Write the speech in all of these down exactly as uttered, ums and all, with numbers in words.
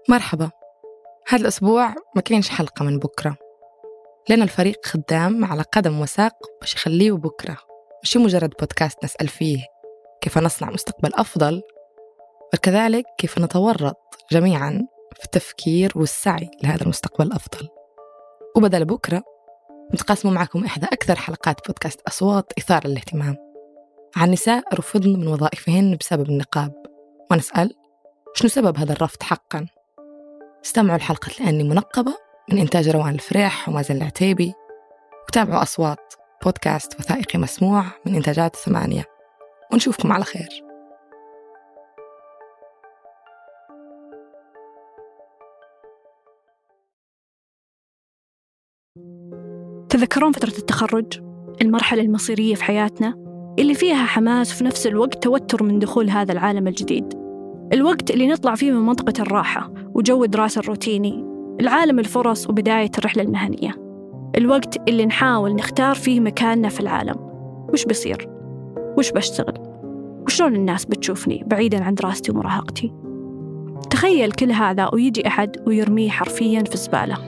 مرحبا. هذا الأسبوع ما كاينش حلقة من بكرة، لأن الفريق خدام على قدم وساق باش يخليه بكرة، مش مجرد بودكاست نسأل فيه كيف نصنع مستقبل أفضل، بل كذلك كيف نتورط جميعاً في التفكير والسعي لهذا المستقبل الأفضل. وبدل بكرة نتقاسم معكم إحدى أكثر حلقات بودكاست أصوات إثارة للاهتمام عن نساء رفضن من وظائفهن بسبب النقاب، ونسأل شنو سبب هذا الرفض حقاً. استمعوا الحلقة لأني منقبة من إنتاج روان الفريح ومازن العتيبي، وتابعوا أصوات بودكاست وثائقي مسموع من إنتاجات ثمانية، ونشوفكم على خير. تذكرون فترة التخرج، المرحلة المصيرية في حياتنا اللي فيها حماس وفي نفس الوقت توتر من دخول هذا العالم الجديد، الوقت اللي نطلع فيه من منطقة الراحة وجو الدراسة الروتيني العالم الفرص وبداية الرحلة المهنية، الوقت اللي نحاول نختار فيه مكاننا في العالم. وش بيصير؟ وش بشتغل؟ وشلون الناس بتشوفني بعيداً عن دراستي ومراهقتي؟ تخيل كل هذا ويجي أحد ويرميه حرفياً في الزبالة.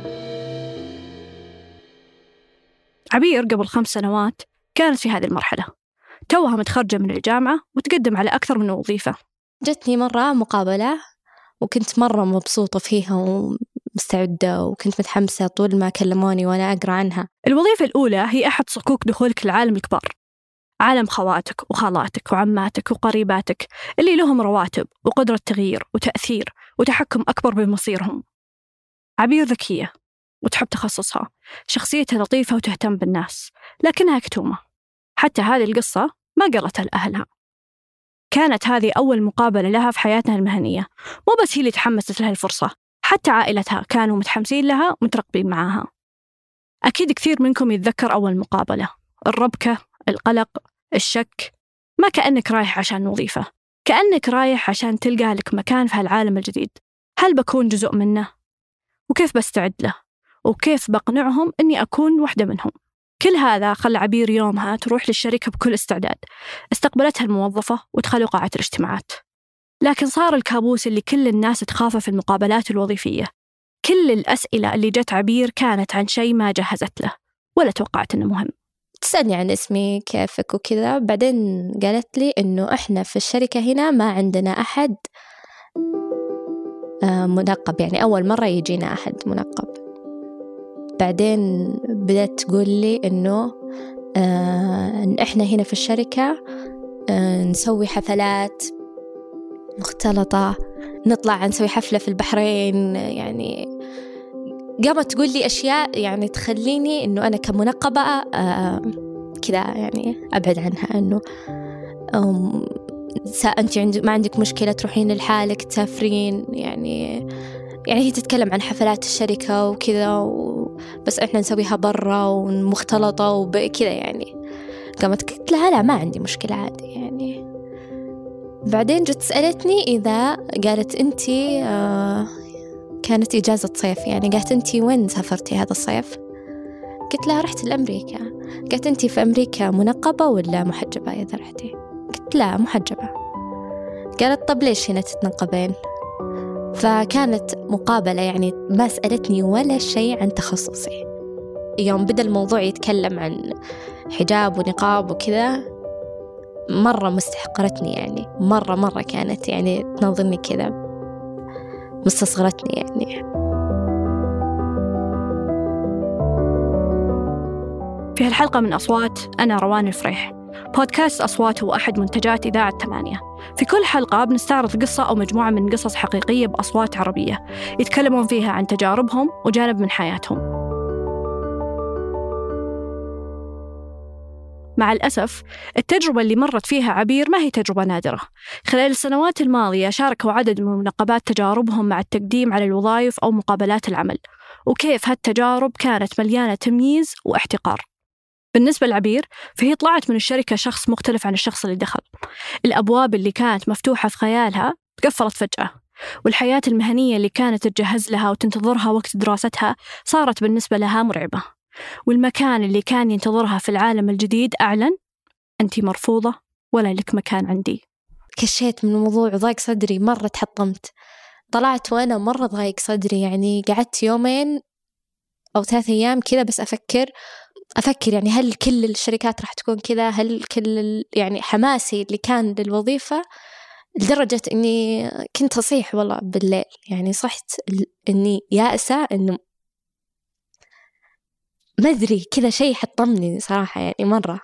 عبير قبل خمس سنوات كانت في هذه المرحلة، توها متخرجة من الجامعة وتقدم على أكثر من وظيفة. جتني مرة مقابلة وكنت مرة مبسوطة فيها ومستعدة وكنت متحمسة طول ما كلموني وأنا أقرأ عنها. الوظيفة الأولى هي أحد صكوك دخولك العالم الكبار، عالم خواتك وخالاتك وعماتك وقريباتك اللي لهم رواتب وقدرة تغيير وتأثير وتحكم أكبر بمصيرهم. عبير ذكية وتحب تخصصها، شخصيتها لطيفة وتهتم بالناس، لكنها كتومة. حتى هذه القصة ما قالتها لأهلها. كانت هذه أول مقابلة لها في حياتها المهنية، مو بس هي اللي تحمست لها الفرصة، حتى عائلتها كانوا متحمسين لها ومترقبين معاها. أكيد كثير منكم يتذكر أول مقابلة، الربكة، القلق، الشك. ما كأنك رايح عشان وظيفة، كأنك رايح عشان تلقى لك مكان في هالعالم الجديد. هل بكون جزء منه؟ وكيف بستعد له؟ وكيف بقنعهم أني أكون واحدة منهم؟ كل هذا خلى عبير يومها تروح للشركة بكل استعداد. استقبلتها الموظفة ودخلوا قاعة الاجتماعات. لكن صار الكابوس اللي كل الناس تخافه في المقابلات الوظيفية. كل الأسئلة اللي جت عبير كانت عن شيء ما جهزت له ولا توقعت أنه مهم. تسألني عن اسمي كيفك وكذا، بعدين قالت لي إنه إحنا في الشركة هنا ما عندنا أحد منقب، يعني أول مرة يجينا أحد منقب. بعدين بدأت تقول لي إنه آه إحنا هنا في الشركة آه نسوي حفلات مختلطة، نطلع نسوي حفلة في البحرين. يعني قامت تقول لي أشياء يعني تخليني إنه أنا كمنقبة آه كذا يعني أبعد عنها. إنه أنت عند ما عندك مشكلة تروحين لحالك تسافرين، يعني يعني هي تتكلم عن حفلات الشركة وكذا و... بس إحنا نسويها برا ومختلطة وكذا يعني. قامت قلت لها لا ما عندي مشكلة عادي يعني. بعدين جت سألتني إذا قالت أنتي آه كانت إجازة صيف، يعني قالت أنتي وين سافرتي هذا الصيف؟ قلت لها رحت لأمريكا. قالت أنتي في أمريكا منقبة ولا محجبة إذا رحتي؟ قلت لا محجبة. قالت طب ليش هنا تتنقبين؟ فكانت مقابلة يعني ما سألتني ولا شيء عن تخصصي. يوم بدأ الموضوع يتكلم عن حجاب ونقاب وكذا مرة مستحقرتني، يعني مرة مرة كانت يعني تنظرني كذا، مستصغرتني يعني. في هالحلقة من أصوات أنا روان الفريح، بودكاست أصوات هو أحد منتجات إذاعة ثمانية. في كل حلقة بنستعرض قصة أو مجموعة من قصص حقيقية بأصوات عربية يتكلمون فيها عن تجاربهم وجانب من حياتهم. مع الأسف التجربة اللي مرت فيها عبير ما هي تجربة نادرة. خلال السنوات الماضية شاركوا عدد من المنقبات تجاربهم مع التقديم على الوظائف أو مقابلات العمل، وكيف هالتجارب كانت مليانة تمييز واحتقار. بالنسبة لعبير فهي طلعت من الشركة شخص مختلف عن الشخص اللي دخل. الأبواب اللي كانت مفتوحة في خيالها تقفلت فجأة، والحياة المهنية اللي كانت تجهز لها وتنتظرها وقت دراستها صارت بالنسبة لها مرعبة. والمكان اللي كان ينتظرها في العالم الجديد أعلن أنتي مرفوضة ولا لك مكان عندي. كشيت من الموضوع وضاق صدري مرة، تحطمت طلعت وأنا مرة ضايق صدري، يعني قعدت يومين أو ثلاثة أيام كذا بس أفكر أفكر يعني هل كل الشركات راح تكون كذا؟ هل كل ال... يعني حماسي اللي كان للوظيفة لدرجة إني كنت أصيح والله بالليل، يعني صحت إني يائسة، إنه ما أدري كذا شيء حطمني صراحة يعني مرة.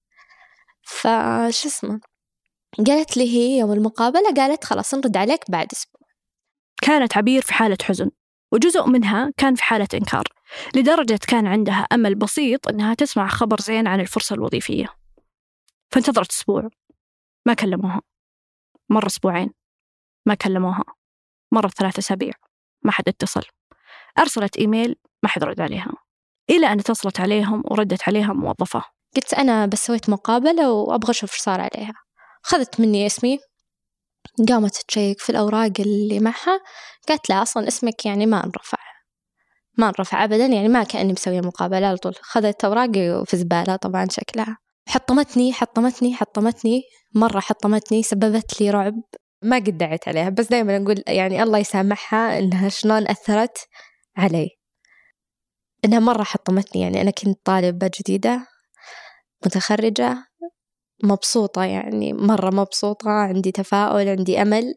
فش اسمه قالت لي هي يوم المقابلة، قالت خلاص نرد عليك بعد أسبوع. كانت عبير في حالة حزن، وجزء منها كان في حالة إنكار، لدرجة كان عندها أمل بسيط أنها تسمع خبر زين عن الفرصة الوظيفية. فانتظرت أسبوع، ما كلموها. مرة أسبوعين، ما كلموها. مرة ثلاثة أسابيع، ما حد اتصل. أرسلت إيميل، ما حد رد عليها، إلى أن اتصلت عليهم وردت عليها موظفة. قلت أنا بس سويت مقابلة وأبغى أشوف إيش صار عليها. خذت مني اسمي، قامت تشيك في الأوراق اللي معها، قالت لا أصلا اسمك يعني ما انرفع ما انرفع أبدا، يعني ما كأني مسوية مقابلة على طول. خذت أوراقي في زبالة طبعا شكلها. حطمتني حطمتني حطمتني مرة، حطمتني، سببت لي رعب ما قد دعيت عليها، بس دايما نقول يعني الله يسامحها إنها شلون أثرت علي، إنها مرة حطمتني. يعني أنا كنت طالبة جديدة متخرجة مبسوطة، يعني مرة مبسوطة، عندي تفاؤل، عندي أمل.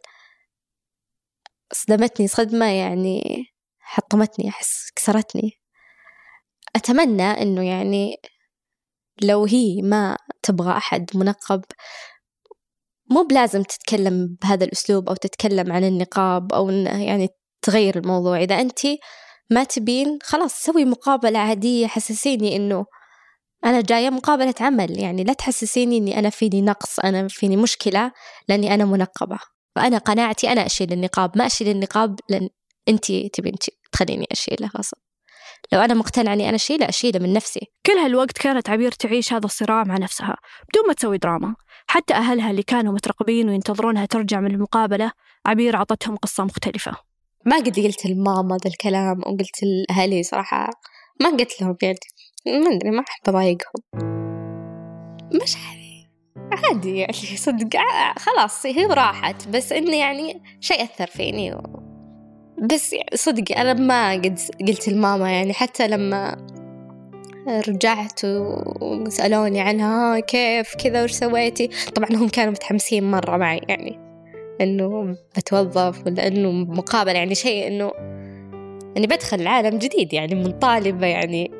صدمتني صدمة يعني حطمتني، أحس كسرتني. أتمنى إنه يعني لو هي ما تبغى أحد منقب، مو بلازم تتكلم بهذا الأسلوب أو تتكلم عن النقاب أو يعني تغير الموضوع. إذا أنتي ما تبين خلاص سوي مقابلة عادية، حسسيني إنه أنا جاية مقابلة عمل، يعني لا تحسسيني إني أنا فيني نقص، أنا فيني مشكلة لأني أنا منقبة. وأنا قناعتي أنا أشيل النقاب، ما أشيل النقاب لأن أنتي تبين تخليني أشيله غصب. لو أنا مقتنعة أني أنا أشيله أشيله من نفسي. كل هالوقت كانت عبير تعيش هذا الصراع مع نفسها بدون ما تسوي دراما. حتى أهلها اللي كانوا مترقبين وينتظرونها ترجع من المقابلة، عبير عطتهم قصة مختلفة. ما قد قلت لماما ذا الكلام أو قلت لأهلي صراحة، ما قلت لهم يعني ما أدري، ما أحب أضايقهم. مش عادي يعني صدق، خلاص هي راحت، بس إنه يعني شيء أثر فيني و... بس يعني صدق أنا ما قد قلت لماما، يعني حتى لما رجعت وسألوني عنها كيف كذا وش سويتي، طبعا هم كانوا متحمسين مرة معي، يعني إنه بتوظف ولا إنه مقابلة، يعني شيء إنه أني بدخل عالم جديد يعني من طالبة يعني.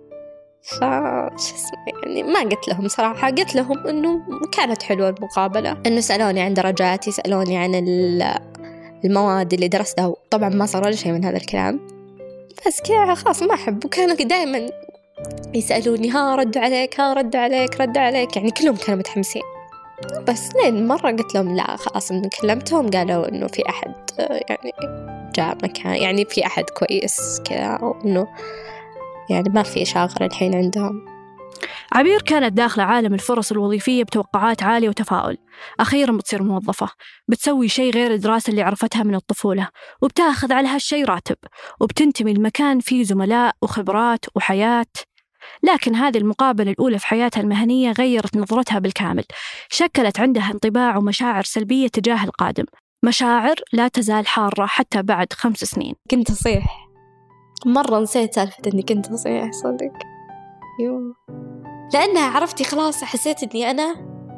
فش اسمه يعني ما قلت لهم صراحة، قلت لهم إنه كانت حلوة المقابلة، إنه سألوني عن درجاتي، سألوني عن المواد اللي درستها، طبعا ما صار ولا شيء من هذا الكلام، بس كذا خلاص ما أحب. وكانوا دائما يسألوني ها ردوا عليك ها ردوا عليك ردوا عليك، يعني كلهم كانوا متحمسين. بس لين مرة قلت لهم لا خلاص، إنه كلمتهم قالوا إنه في أحد يعني جاء مكان، يعني في أحد كويس كذا، وإنه يعني ما في شاغر الحين عندهم. عبير كانت داخلة عالم الفرص الوظيفية بتوقعات عالية وتفاؤل. أخيراً بتصير موظفة، بتسوي شيء غير الدراسة اللي عرفتها من الطفولة، وبتاخذ على هالشيء راتب، وبتنتمي المكان فيه زملاء وخبرات وحياة. لكن هذه المقابلة الأولى في حياتها المهنية غيرت نظرتها بالكامل، شكلت عندها انطباع ومشاعر سلبية تجاه القادم، مشاعر لا تزال حارة حتى بعد خمس سنين. كنت أصيح مرة، نسيت سالفة إني كنت أصيح صدق، يوه لأنها عرفتي خلاص حسيت إني أنا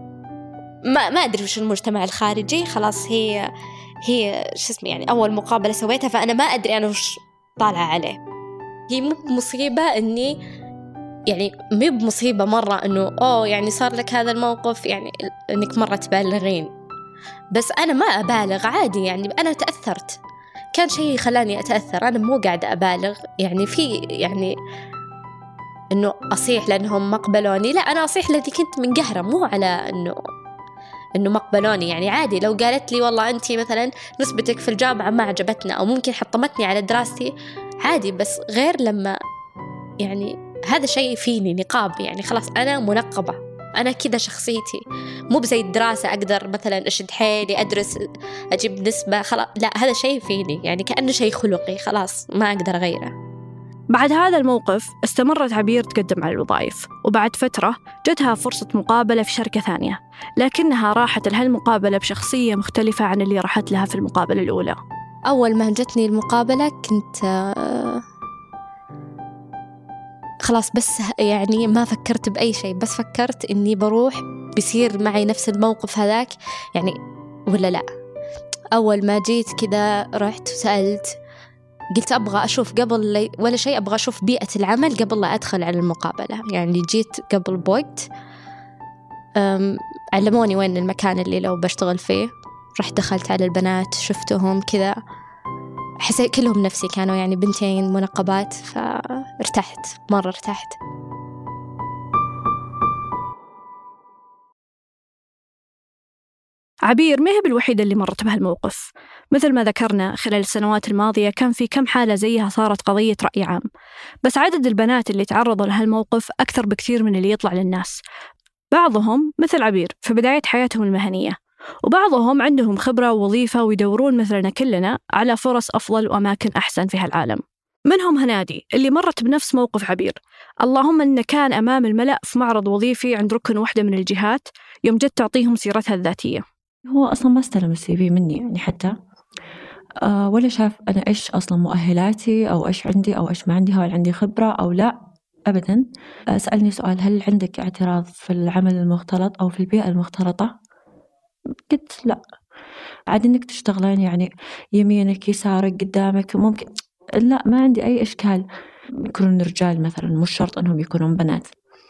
ما ما أدري وش المجتمع الخارجي، خلاص هي هي شو اسمه يعني أول مقابلة سويتها، فأنا ما أدري أنا وش طالعة عليه. هي مو بمصيبة إني يعني مو بمصيبة مرة إنه أوه يعني صار لك هذا الموقف يعني إنك مرة تبالغين، بس أنا ما أبالغ عادي، يعني أنا تأثرت، كان شيء خلاني أتأثر، أنا مو قاعدة أبالغ يعني في يعني إنه أصيح لأنهم ما قبلوني، لا أنا أصيح لأني كنت منقهرة، مو على إنه إنه ما قبلوني. يعني عادي لو قالت لي والله أنتي مثلا نسبتك في الجامعة ما عجبتنا أو ممكن حطمتني على دراستي عادي، بس غير لما يعني هذا شيء فيني نقاب، يعني خلاص أنا منقبة، أنا كذا شخصيتي، مو بزي الدراسة أقدر مثلا أشد حيلي أدرس أجيب نسبة خلاص، لا هذا شيء فيني يعني كأنه شيء خلقي خلاص ما أقدر أغيره. بعد هذا الموقف استمرت عبير تقدم على الوظائف، وبعد فترة جتها فرصة مقابلة في شركة ثانية، لكنها راحت لهالمقابلة بشخصية مختلفة عن اللي راحت لها في المقابلة الأولى. أول ما جتني المقابلة كنت آه خلاص، بس يعني ما فكرت بأي شيء، بس فكرت إني بروح بيصير معي نفس الموقف هذاك يعني ولا لا. أول ما جيت كذا رحت وسألت، قلت أبغى أشوف قبل ولا شيء، أبغى أشوف بيئة العمل قبل لا أدخل على المقابلة. يعني جيت قبل بوقت، علموني وين المكان اللي لو بشتغل فيه، رحت دخلت على البنات شفتهم كذا، حسيت كلهم نفسي، كانوا يعني بنتين منقبات، فارتحت مرة ارتحت. عبير ما هي بالوحيدة اللي مرت بهالموقف. مثل ما ذكرنا خلال السنوات الماضية كان في كم حالة زيها صارت قضية رأي عام، بس عدد البنات اللي تعرضوا لهالموقف أكثر بكثير من اللي يطلع للناس. بعضهم مثل عبير في بداية حياتهم المهنية، وبعضهم عندهم خبرة ووظيفة ويدورون مثلنا كلنا على فرص أفضل وأماكن أحسن في هالعالم. منهم هنادي اللي مرت بنفس موقف عبير، اللهم أنه كان أمام الملأ في معرض وظيفي عند ركن واحدة من الجهات، يوم جت تعطيهم سيرتها الذاتية. هو أصلا ما استلم السي في مني يعني حتى أه ولا شاف أنا إيش أصلا مؤهلاتي أو إيش عندي أو إيش ما عندي، هل عندي خبرة أو لا أبدا. أه سألني سؤال، هل عندك اعتراض في العمل المختلط أو في البيئة المختلطة؟ قلت لا. عاد إنك تشتغلين يعني يمينك يسارك قدامك ممكن، لا ما عندي أي إشكال يكونون رجال مثلا، مش شرط أنهم يكونون بنات.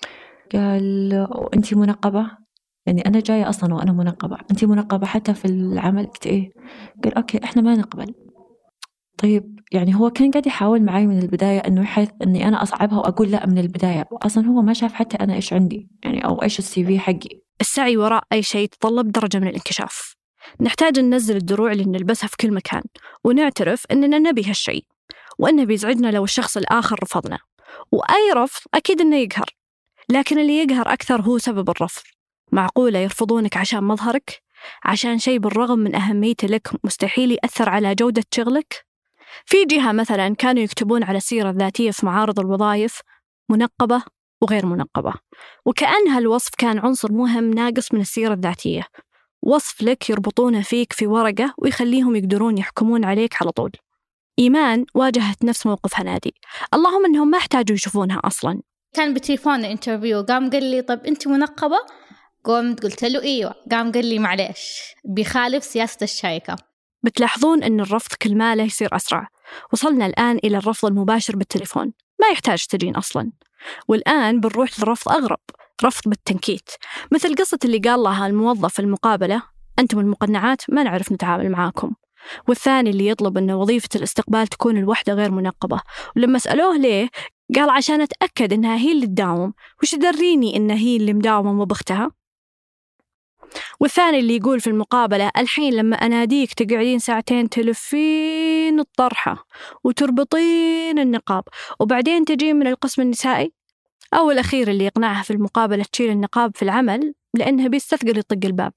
قال أنتي منقبة؟ يعني أنا جاية أصلا وأنا منقبة، أنتي منقبة حتى في العمل؟ قلت إيه. قال أوكي إحنا ما نقبل. طيب يعني هو كان قاعد يحاول معي من البداية إنه يحيث إني أنا أصعبها وأقول لا من البداية، أصلا هو ما شاف حتى أنا إيش عندي يعني أو إيش السي في حقي. السعي وراء أي شيء يتطلب درجة من الانكشاف. نحتاج ننزل الدروع اللي نلبسها في كل مكان، ونعترف إننا نبي هالشيء، وإنه بيزعجنا لو الشخص الآخر رفضنا. وأي رفض أكيد إنه يقهر، لكن اللي يقهر أكثر هو سبب الرفض. معقولة يرفضونك عشان مظهرك؟ عشان شيء بالرغم من أهميته لك مستحيل يأثر على جودة شغلك؟ في جهة مثلا كانوا يكتبون على السيرة الذاتية في معارض الوظائف منقبة وغير منقبة، وكأن هالوصف كان عنصر مهم ناقص من السيرة الذاتية، وصف لك يربطونه فيك في ورقة ويخليهم يقدرون يحكمون عليك على طول. إيمان واجهت نفس موقف هنادي، اللهم أنهم ما احتاجوا يشوفونها أصلا. كان بتليفون انترفيو، قام قال لي طب أنت منقبة؟ قمت قلت له إيوه، قام قال لي معليش بيخالف سياسة الشركة. بتلاحظون أن الرفض كل ما له يصير أسرع. وصلنا الآن إلى الرفض المباشر بالتليفون، ما يحتاج تجين أصلا. والآن بنروح للرفض أغرب، رفض بالتنكيت، مثل قصة اللي قال لها الموظف في المقابلة أنتم المقنعات ما نعرف نتعامل معاكم. والثاني اللي يطلب أن وظيفة الاستقبال تكون الوحدة غير منقبة، ولما سألوه ليه قال عشان أتأكد إنها هي اللي تداوم، وش دريني إنها هي اللي مداومة مو بختها. والثاني اللي يقول في المقابلة الحين لما أناديك تقعدين ساعتين تلفين الطرحة وتربطين النقاب وبعدين تجين من القسم النسائي. أو الأخير اللي يقنعها في المقابلة تشيل النقاب في العمل لأنها بيستثقل يطق الباب.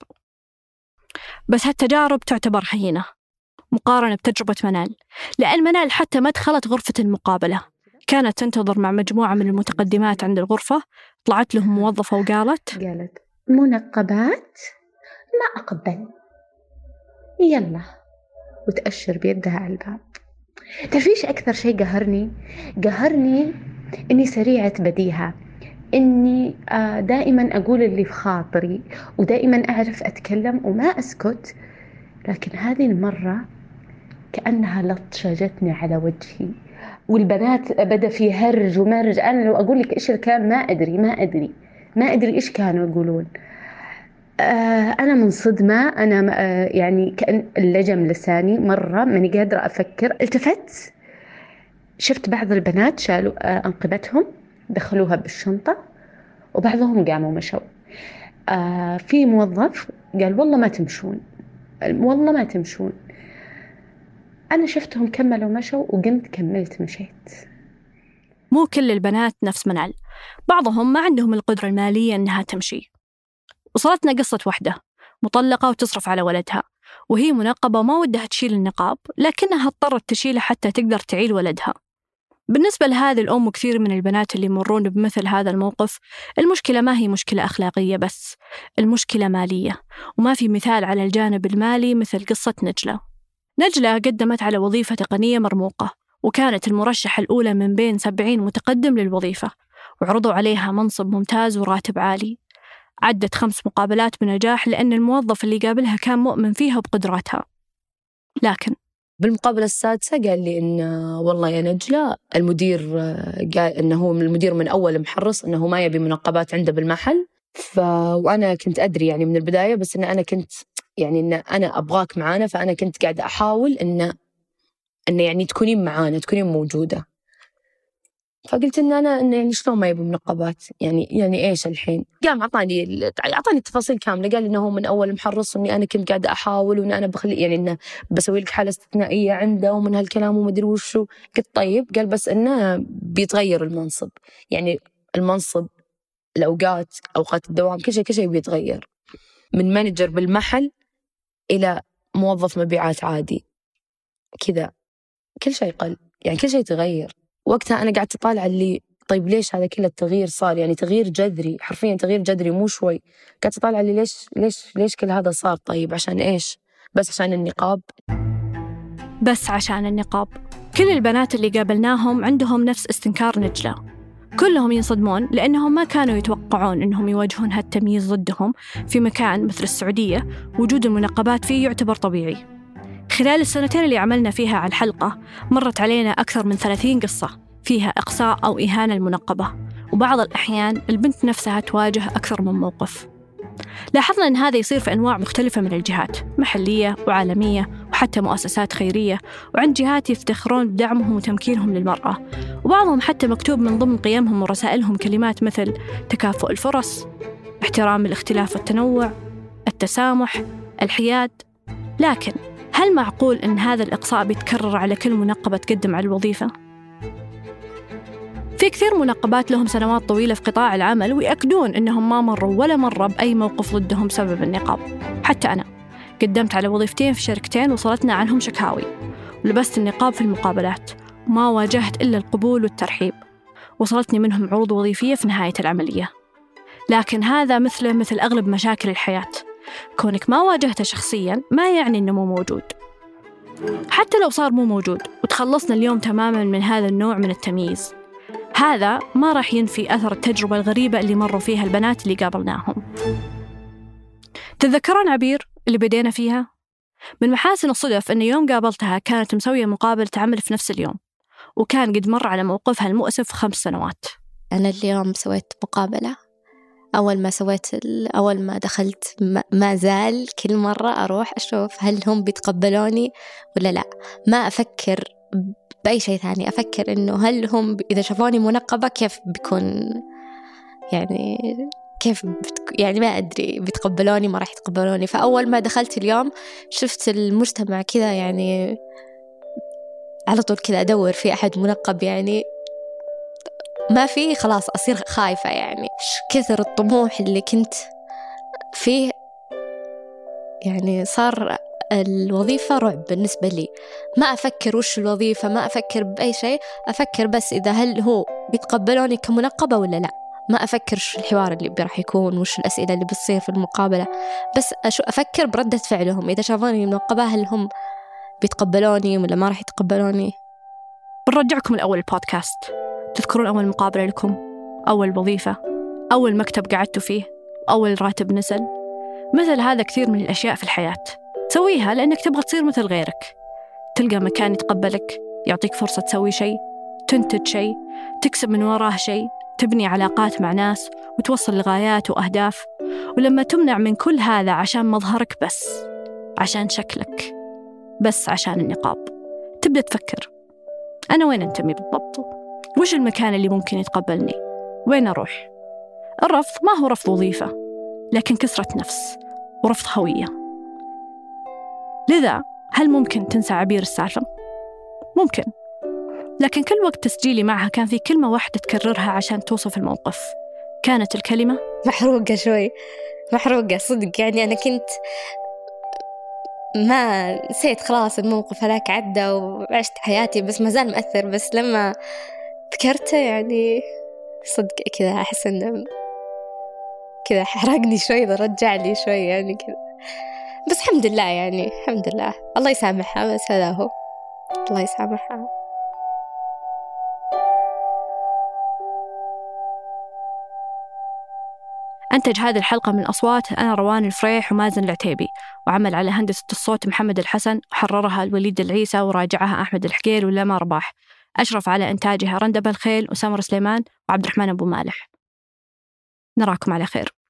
بس هالتجارب تعتبر هينة مقارنة بتجربة منال، لأن منال حتى ما دخلت غرفة المقابلة، كانت تنتظر مع مجموعة من المتقدمات عند الغرفة. طلعت لهم موظفة وقالت قالت منقبات ما أقبل، يلا، وتأشر بيدها على الباب. تعرفيش أكثر شيء قهرني؟ قهرني إني سريعة بديهة، إني دائما أقول اللي في خاطري ودائما أعرف أتكلم وما أسكت، لكن هذه المرة كأنها لطشجتني على وجهي. والبنات بدأ في هرج ومرج، أنا لو أقول لك إيش الكلام ما أدري ما أدري ما أدري إيش كانوا يقولون. آه أنا منصدمة، أنا آه يعني كأن اللجم لساني مرة ماني قادرة أفكر. التفت شفت بعض البنات شالوا آه أنقبتهم دخلوها بالشنطة، وبعضهم قاموا مشوا. آه في موظف قال والله ما تمشون، والله ما تمشون. أنا شفتهم كملوا مشوا وقمت كملت مشيت. مو كل البنات نفس منال، بعضهم ما عندهم القدرة المالية أنها تمشي. وصلتنا قصة واحدة مطلقة وتصرف على ولدها، وهي منقبة وما ودها تشيل النقاب، لكنها اضطرت تشيله حتى تقدر تعيل ولدها. بالنسبة لهذه الأم وكثير من البنات اللي يمرون بمثل هذا الموقف، المشكلة ما هي مشكلة أخلاقية بس، المشكلة مالية، وما في مثال على الجانب المالي مثل قصة نجلة. نجلة قدمت على وظيفة تقنية مرموقة، وكانت المرشحة الأولى من بين سبعين متقدم للوظيفة، وعرضوا عليها منصب ممتاز وراتب عالي. عدت خمس مقابلات بنجاح لأن الموظف اللي قابلها كان مؤمن فيها وبقدراتها. لكن بالمقابلة السادسة قال لي إن والله يا نجلة المدير قال إنه هو المدير من أول محرص إنه ما يبي منقبات عنده بالمحل. ف وأنا كنت أدري يعني من البداية، بس إن أنا كنت يعني إن أنا أبغاك معانا، فأنا كنت قاعدة أحاول إن إن يعني تكونين معانا، تكونين موجودة. فقلت إن أنا إن يعني شلون ما يبي منقبات، يعني يعني إيش الحين؟ قام عطاني عطاني التفاصيل كاملة، قال إنه هو من أول محرص وإني أنا كنت قاعدة أحاول وإن أنا بخلي يعني إنه بسوي لك حالة استثنائية عنده ومن هالكلام وما أدري وشو. قلت طيب. قال بس إنه بيتغير المنصب، يعني المنصب، الأوقات، أوقات الدوام، كل شيء كل شيء بيتغير، من مانجر بالمحل إلى موظف مبيعات عادي كذا، كل شيء قل، يعني كل شيء تغير. وقتها أنا قعدت أطالع اللي طيب ليش هذا كله التغيير صار، يعني تغيير جذري، حرفيا تغيير جذري مو شوي. قعدت أطالع اللي ليش ليش ليش كل هذا صار. طيب عشان إيش؟ بس عشان النقاب؟ بس عشان النقاب. كل البنات اللي قابلناهم عندهم نفس استنكار نجلة، كلهم ينصدمون لأنهم ما كانوا يتوقعون أنهم يواجهون هالتمييز ضدهم في مكان مثل السعودية وجود المنقبات فيه يعتبر طبيعي. خلال السنتين اللي عملنا فيها على الحلقة مرت علينا أكثر من ثلاثين قصة فيها إقصاء أو إهانة المنقبة، وبعض الأحيان البنت نفسها تواجه أكثر من موقف. لاحظنا أن هذا يصير في أنواع مختلفة من الجهات، محلية وعالمية وحتى مؤسسات خيرية، وعند جهات يفتخرون بدعمهم وتمكينهم للمرأة، وبعضهم حتى مكتوب من ضمن قيمهم ورسائلهم كلمات مثل تكافؤ الفرص، احترام الاختلاف والتنوع، التسامح، الحياد. لكن هل معقول أن هذا الإقصاء بيتكرر على كل منقبة تقدم على الوظيفة؟ في كثير منقبات لهم سنوات طويلة في قطاع العمل ويأكدون أنهم ما مروا ولا مرة بأي موقف ضدهم بسبب النقاب. حتى أنا قدمت على وظيفتين في شركتين وصلتنا عنهم شكاوي، ولبست النقاب في المقابلات وما واجهت إلا القبول والترحيب، وصلتني منهم عروض وظيفية في نهاية العملية. لكن هذا مثله مثل أغلب مشاكل الحياة، كونك ما واجهته شخصياً ما يعني أنه مو موجود. حتى لو صار مو موجود وتخلصنا اليوم تماماً من هذا النوع من التمييز، هذا ما راح ينفي أثر التجربة الغريبة اللي مروا فيها البنات اللي قابلناهم. تتذكرون عبير اللي بدينا فيها؟ من محاسن الصدف أن يوم قابلتها كانت مسوية مقابلة عمل في نفس اليوم، وكان قد مر على موقفها المؤسف خمس سنوات. أنا اليوم سويت مقابلة، أول ما سويت أول ما دخلت ما زال كل مرة أروح أشوف هل هم بيتقبلوني ولا لا، ما أفكر بأي شيء ثاني، أفكر إنه هل هم إذا شافوني منقبة كيف بيكون، يعني كيف بتك... يعني ما أدري بيتقبلوني ما راح يتقبلوني. فأول ما دخلت اليوم شفت المجتمع كذا، يعني على طول كذا أدور في أحد منقب، يعني ما في، خلاص أصير خايفة، يعني كثر الطموح اللي كنت فيه، يعني صار الوظيفة رعب بالنسبة لي. ما أفكر وش الوظيفة، ما أفكر بأي شيء، أفكر بس إذا هل هو بيتقبلوني كمنقبة ولا لا. ما أفكر وش الحوار اللي راح يكون، وش الأسئلة اللي بتصير في المقابلة، بس أفكر بردة فعلهم، إذا شافوني منقبة هل هم بيتقبلوني ولا ما راح يتقبلوني. بنرجعكم الأول البودكاست. تذكرون أول مقابلة لكم، أول وظيفة، أول مكتب قعدتوا فيه، أول راتب نزل؟ مثل هذا كثير من الأشياء في الحياة تسويها لأنك تبغى تصير مثل غيرك، تلقى مكان يتقبلك، يعطيك فرصة تسوي شيء، تنتج شيء، تكسب من وراه شيء، تبني علاقات مع ناس وتوصل لغايات وأهداف. ولما تمنع من كل هذا عشان مظهرك بس، عشان شكلك بس، عشان النقاب، تبدأ تفكر أنا وين أنتمي بالضبط؟ وش المكان اللي ممكن يتقبلني؟ وين أروح؟ الرفض ما هو رفض وظيفة، لكن كسرة نفس ورفض هوية. لذا هل ممكن تنسى عبير السالفة؟ ممكن، لكن كل وقت تسجيلي معها كان في كلمة واحدة تكررها عشان توصف الموقف. كانت الكلمة محروقة شوي، محروقة صدق، يعني أنا كنت ما نسيت خلاص الموقف هذاك عدى وعشت حياتي، بس ما زال مأثر. بس لما ذكرته يعني صدق كذا أحس إنه كذا حرقني شوي، رجع لي شوي يعني كذا. بس الحمد لله يعني الحمد لله الله يسامحها، بس هذا هو، الله يسامحها. أنتج هذه الحلقة من أصوات أنا روان الفريح ومازن العتيبي، وعمل على هندسة الصوت محمد الحسن، وحررها الوليد العيسى، وراجعها أحمد الحقير ولما رباح. أشرف على إنتاجها رندب الخيل وسمر سليمان وعبد الرحمن أبو مالح. نراكم على خير.